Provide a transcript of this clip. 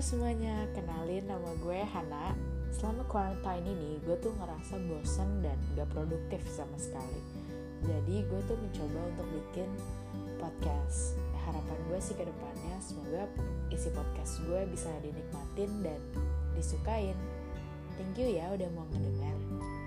semuanya, kenalin nama gue Hana. Selama quarantine ini gue tuh ngerasa bosan dan gak produktif sama sekali. Jadi gue tuh mencoba untuk bikin podcast. Harapan gue sih ke depannya semoga isi podcast gue bisa dinikmatin dan disukain. Thank you ya udah mau ngedengar.